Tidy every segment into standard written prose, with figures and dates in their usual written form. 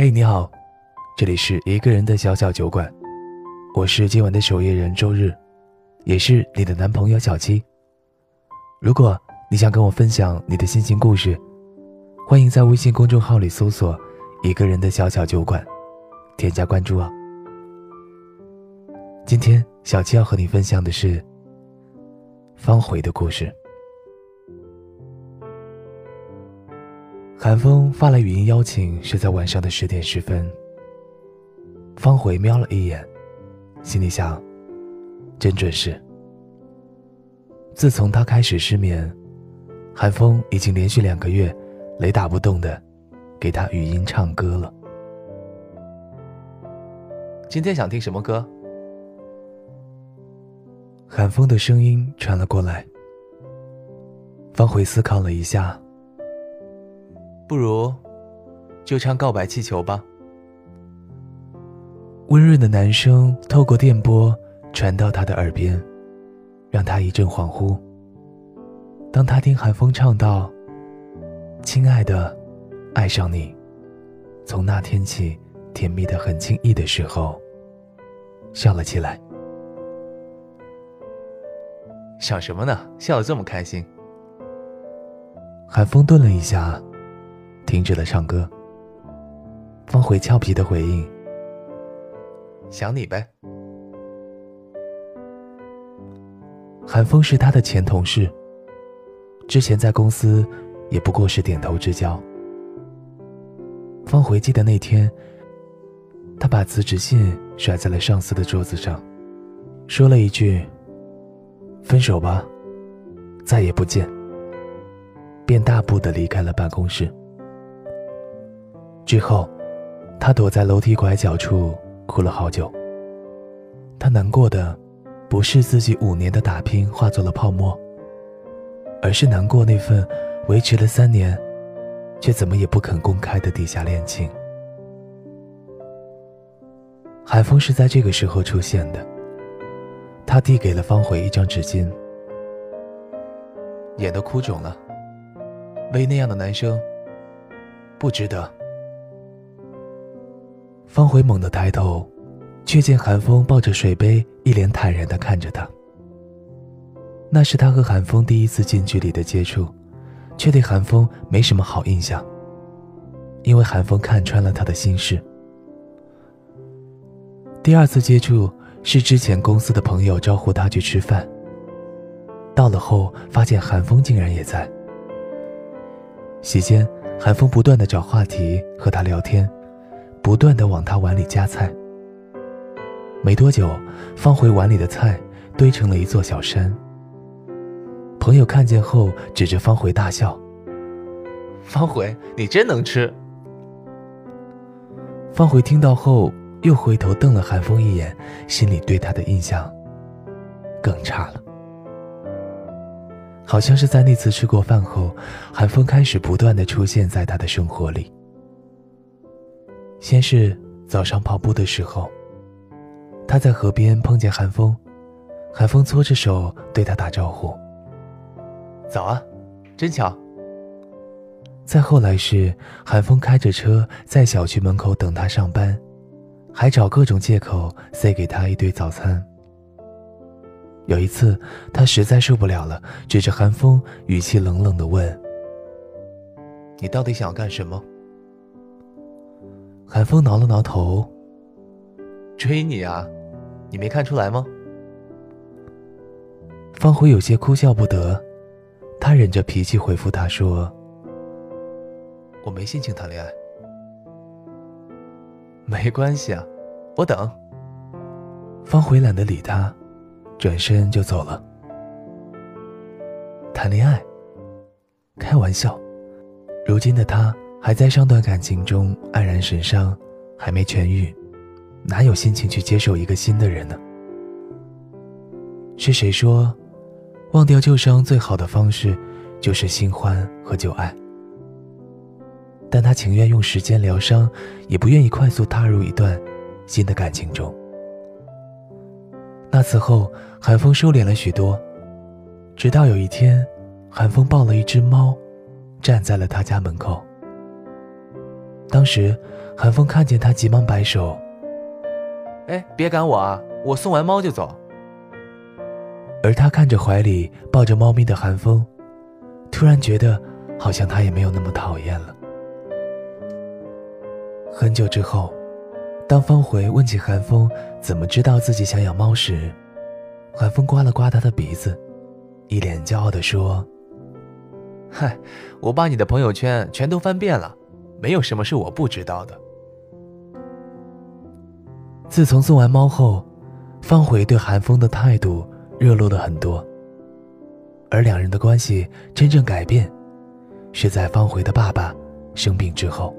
嘿，你好，这里是一个人的小小酒馆，我是今晚的守夜人周日，也是你的男朋友小七。如果你想跟我分享你的心情故事，欢迎在微信公众号里搜索一个人的小小酒馆，添加关注哦。今天小七要和你分享的是方茴的故事。韩风发来语音邀请是在晚上的10点10分。方茴瞄了一眼，心里想，真准时。自从他开始失眠，韩风已经连续2个月雷打不动的给他语音唱歌了。今天想听什么歌？韩风的声音传了过来。方茴思考了一下，不如就唱《告白气球》吧。温润的男声透过电波传到他的耳边，让他一阵恍惚。当他听韩风唱到亲爱的爱上你，从那天起甜蜜得很轻易的时候，笑了起来。想什么呢？笑得这么开心。韩风顿了一下，停止了唱歌。方茴俏皮的回应，想你呗。韩风是他的前同事，之前在公司也不过是点头之交。方茴记得那天，他把辞职信甩在了上司的桌子上，说了一句分手吧，再也不见，便大步地离开了办公室。之后他躲在楼梯拐角处哭了好久。他难过的不是自己5年的打拼化作了泡沫，而是难过那份维持了3年却怎么也不肯公开的地下恋情。韩风是在这个时候出现的，他递给了方茴一张纸巾。眼都哭肿了，为那样的男生不值得。方茴猛地抬头，却见韩风抱着水杯，一脸坦然地看着他。那是他和韩风第一次近距离的接触，却对韩风没什么好印象，因为韩风看穿了他的心事。第2次接触是之前公司的朋友招呼他去吃饭，到了后发现韩风竟然也在。席间，韩风不断地找话题和他聊天，不断地往他碗里夹菜。没多久，方茴碗里的菜堆成了一座小山。朋友看见后指着方茴大笑，方茴你真能吃。方茴听到后又回头瞪了韩风一眼，心里对他的印象更差了。好像是在那次吃过饭后，韩风开始不断地出现在他的生活里。先是早上跑步的时候，他在河边碰见韩风，韩风搓着手对他打招呼，早啊，真巧。再后来是韩风开着车在小区门口等他上班，还找各种借口塞给他一堆早餐。有一次他实在受不了了，指着韩风语气冷冷地问，你到底想要干什么？韩风挠了挠头，追你啊，你没看出来吗？方茴有些哭笑不得，他忍着脾气回复他说，我没心情谈恋爱。没关系啊，我等。方茴懒得理他，转身就走了。谈恋爱？开玩笑，如今的他还在上段感情中黯然神伤，还没痊愈，哪有心情去接受一个新的人呢？是谁说忘掉旧伤最好的方式就是新欢和旧爱？但他情愿用时间疗伤，也不愿意快速踏入一段新的感情中。那次后，韩风收敛了许多，直到有一天，韩风抱了一只猫，站在了他家门口。当时韩风看见他急忙摆手， 别赶我啊，我送完猫就走。 而他看着怀里抱着猫咪的韩风，突然觉得好像他也没有那么讨厌了。很久之后，当方回问起韩风怎么知道自己想养猫时，韩风刮了刮他的鼻子，一脸骄傲地说： 嗨，我把你的朋友圈全都翻遍了，没有什么是我不知道的。 自从送完猫后，方回对韩风的态度热络了很多，而两人的关系真正改变是在方回的爸爸生病之后。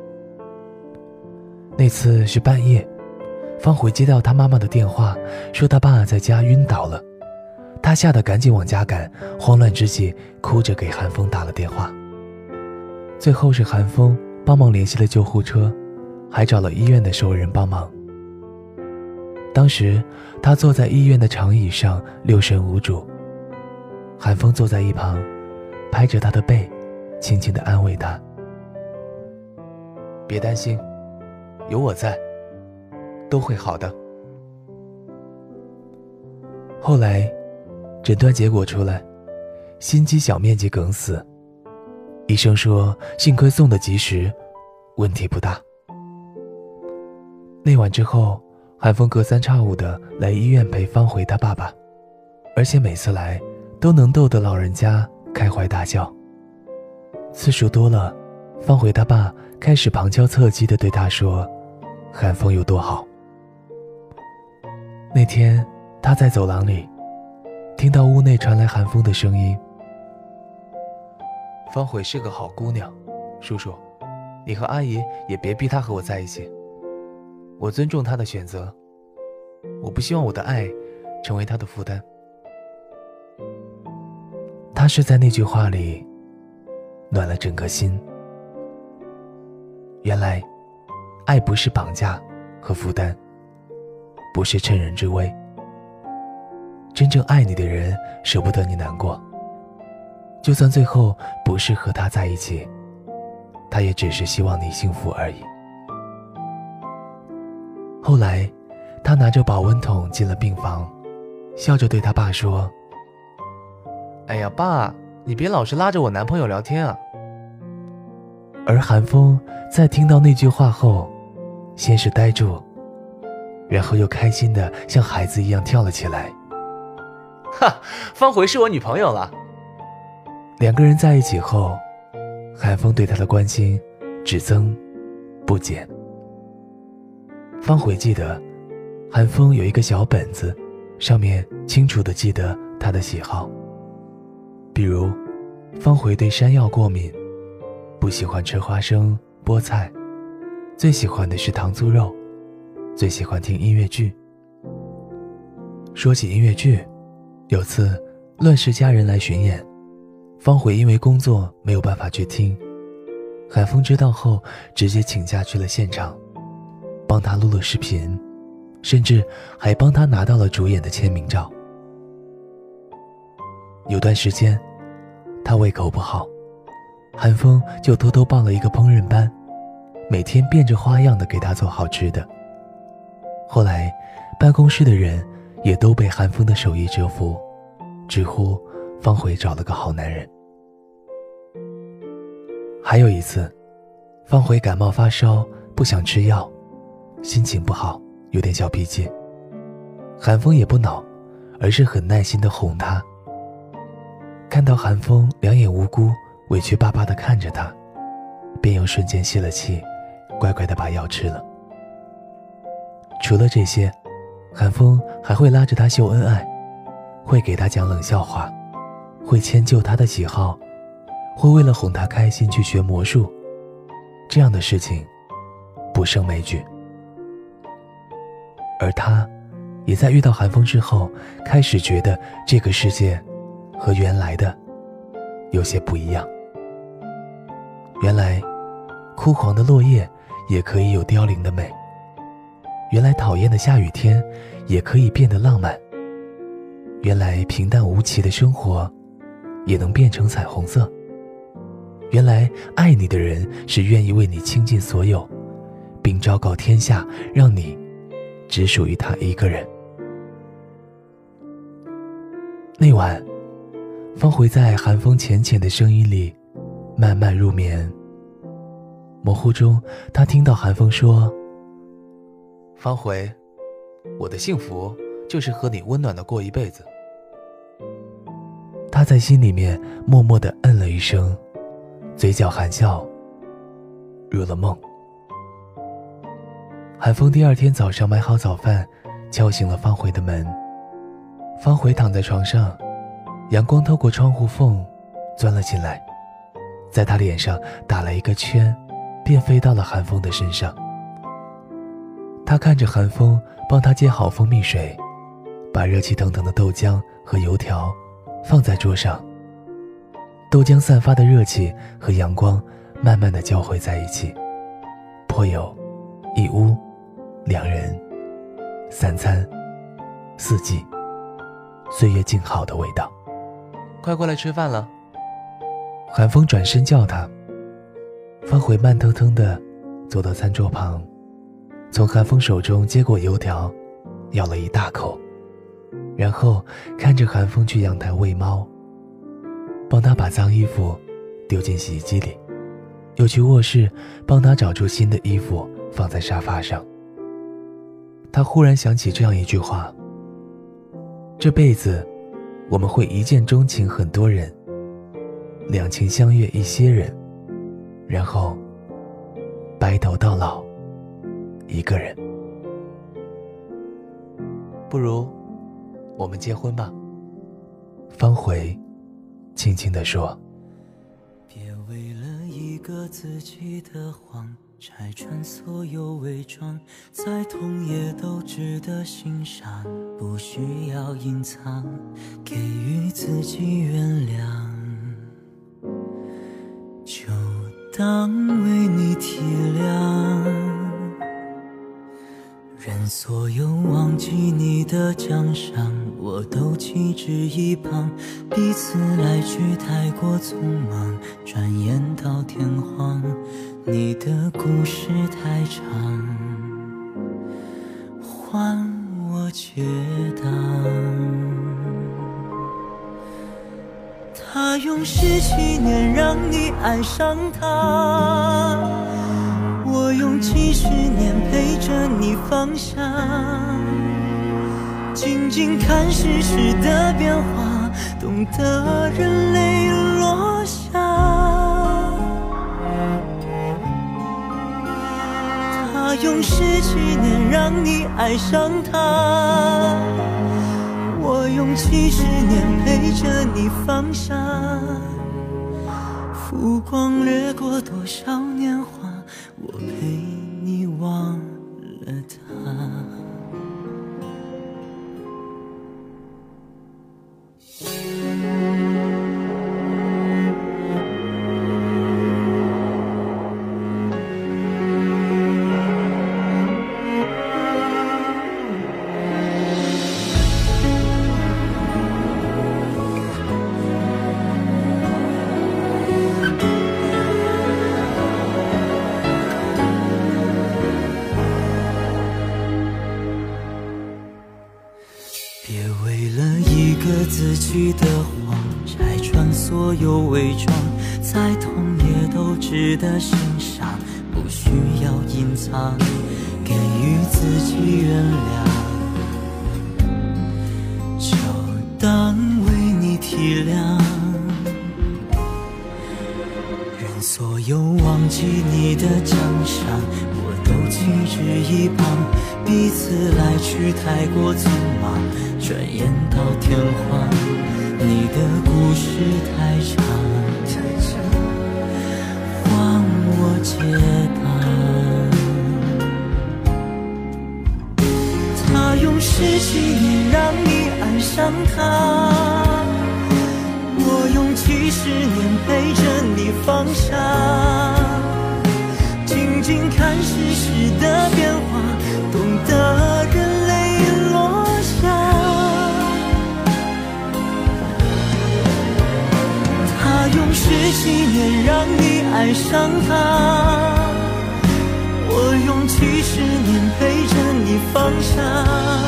那次是半夜，方回接到他妈妈的电话，说他爸在家晕倒了，他吓得赶紧往家赶，慌乱之际哭着给韩风打了电话。最后是韩风帮忙联系了救护车，还找了医院的收人帮忙。当时他坐在医院的长椅上六神无主，韩风坐在一旁拍着他的背，轻轻地安慰他：别担心，有我在，都会好的。后来诊断结果出来，心肌小面积梗死，医生说幸亏送得及时，问题不大。那晚之后，韩风隔三差五地来医院陪方回他爸爸，而且每次来都能逗得老人家开怀大笑。次数多了，方回他爸开始旁敲侧击地对他说韩风有多好。那天他在走廊里听到屋内传来韩风的声音：方回是个好姑娘，叔叔，你和阿姨也别逼她和我在一起，我尊重她的选择，我不希望我的爱成为她的负担。他是在那句话里暖了整个心。原来爱不是绑架和负担，不是趁人之危。真正爱你的人舍不得你难过，就算最后不是和他在一起，他也只是希望你幸福而已。后来他拿着保温桶进了病房，笑着对他爸说： 哎呀，爸，你别老是拉着我男朋友聊天啊。 而韩风在听到那句话后，先是呆住，然后又开心地像孩子一样跳了起来。 哈，方回是我女朋友了。 两个人在一起后，韩风对他的关心只增不减。方回记得，韩风有一个小本子，上面清楚地记得他的喜好。比如，方回对山药过敏，不喜欢吃花生、菠菜，最喜欢的是糖醋肉，最喜欢听音乐剧。说起音乐剧，有次《乱世佳人》来巡演，方回因为工作没有办法去听，韩风知道后直接请假去了现场，帮他录了视频，甚至还帮他拿到了主演的签名照。有段时间他胃口不好，韩风就偷偷报了一个烹饪班，每天变着花样的给他做好吃的。后来办公室的人也都被韩风的手艺折服，直呼方回找了个好男人。还有一次，方回感冒发烧，不想吃药，心情不好，有点小脾气。韩风也不恼，而是很耐心地哄他。看到韩风两眼无辜，委屈巴巴地看着他，便又瞬间泄了气，乖乖地把药吃了。除了这些，韩风还会拉着他秀恩爱，会给他讲冷笑话，会迁就他的喜好，会为了哄他开心去学魔术，这样的事情不胜枚举。而他也在遇到韩风之后，开始觉得这个世界和原来的有些不一样。原来枯黄的落叶也可以有凋零的美，原来讨厌的下雨天也可以变得浪漫，原来平淡无奇的生活也能变成彩虹色，原来爱你的人是愿意为你倾尽所有， 并昭告天下，让你只属于他一个人。那晚，方茴在寒风浅浅的声音里慢慢入眠。模糊中，他听到寒风说：“ 方茴，我的幸福就是和你温暖的过一辈子。” 他在心里面默默地嗯了一声，嘴角含笑，入了梦。寒风第二天早上买好早饭，敲醒了方茴的门。方茴躺在床上，阳光透过窗户缝钻了进来，在他脸上打了一个圈，便飞到了寒风的身上。他看着寒风帮他接好蜂蜜水，把热气腾腾的豆浆和油条放在桌上。豆浆散发的热气和阳光慢慢地交汇在一起，颇有一屋两人三餐四季岁月静好的味道。 快过来吃饭了。 寒风转身叫他。方茴慢腾腾地走到餐桌旁，从寒风手中接过油条，咬了一大口，然后看着寒风去阳台喂猫，帮他把脏衣服丢进洗衣机里，又去卧室帮他找出新的衣服放在沙发上。他忽然想起这样一句话：这辈子我们会一见钟情很多人，两情相悦一些人，然后白头到老一个人。 不如我们结婚吧。 方茴轻轻地说。 别为了一个自己的谎，拆穿所有伪装，再痛也都值得欣赏，不需要隐藏，给予自己原谅，就当为你体谅，任所有忘记你的奖赏我都弃之一旁，彼此来去太过匆忙，转眼到天荒，你的故事太长，换我解当。他用17年让你爱上他，我用70年陪着你放下，静静看世事的变化，懂得人泪落下。他用17年让你爱上他，我用70年陪着你放下。浮光掠过多少年华，我陪你忘了他。别为了一个自己的谎，拆穿所有伪装，再痛也都值得欣赏，不需要隐藏，给予自己原谅，就当为你体谅，任所有忘记你的奖赏我都弃之一旁，彼此来去太过匆忙，转眼到天荒，你的故事太长，换我解答。他用17年让你爱上他，我用70年陪着你放下，静静看世事的变化，懂得人泪落下。他用17年让你爱上他， 我用70年陪着你放下，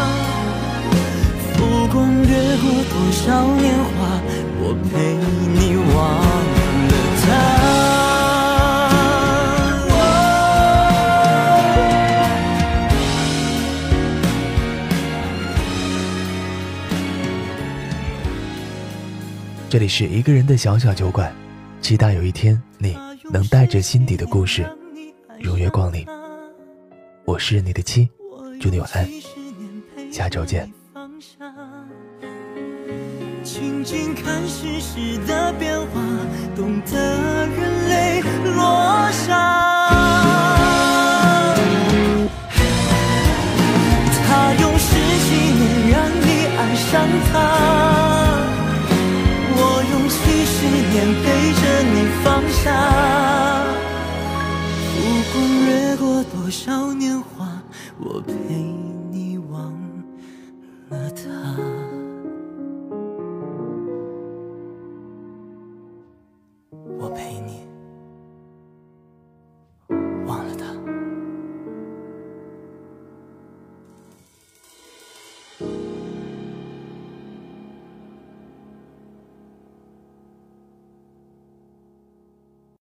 浮光掠过多少年华，我陪你忘了他。 这里是一个人的小小酒馆，期待有一天你能带着心底的故事如约光临。我是你的妻，祝你晚安，下周见。 静静看世事的变化，懂得人泪落下。他用17年让你爱上他，我用70年陪着你放下。浮光掠过多少年华，我陪你忘了他。我陪你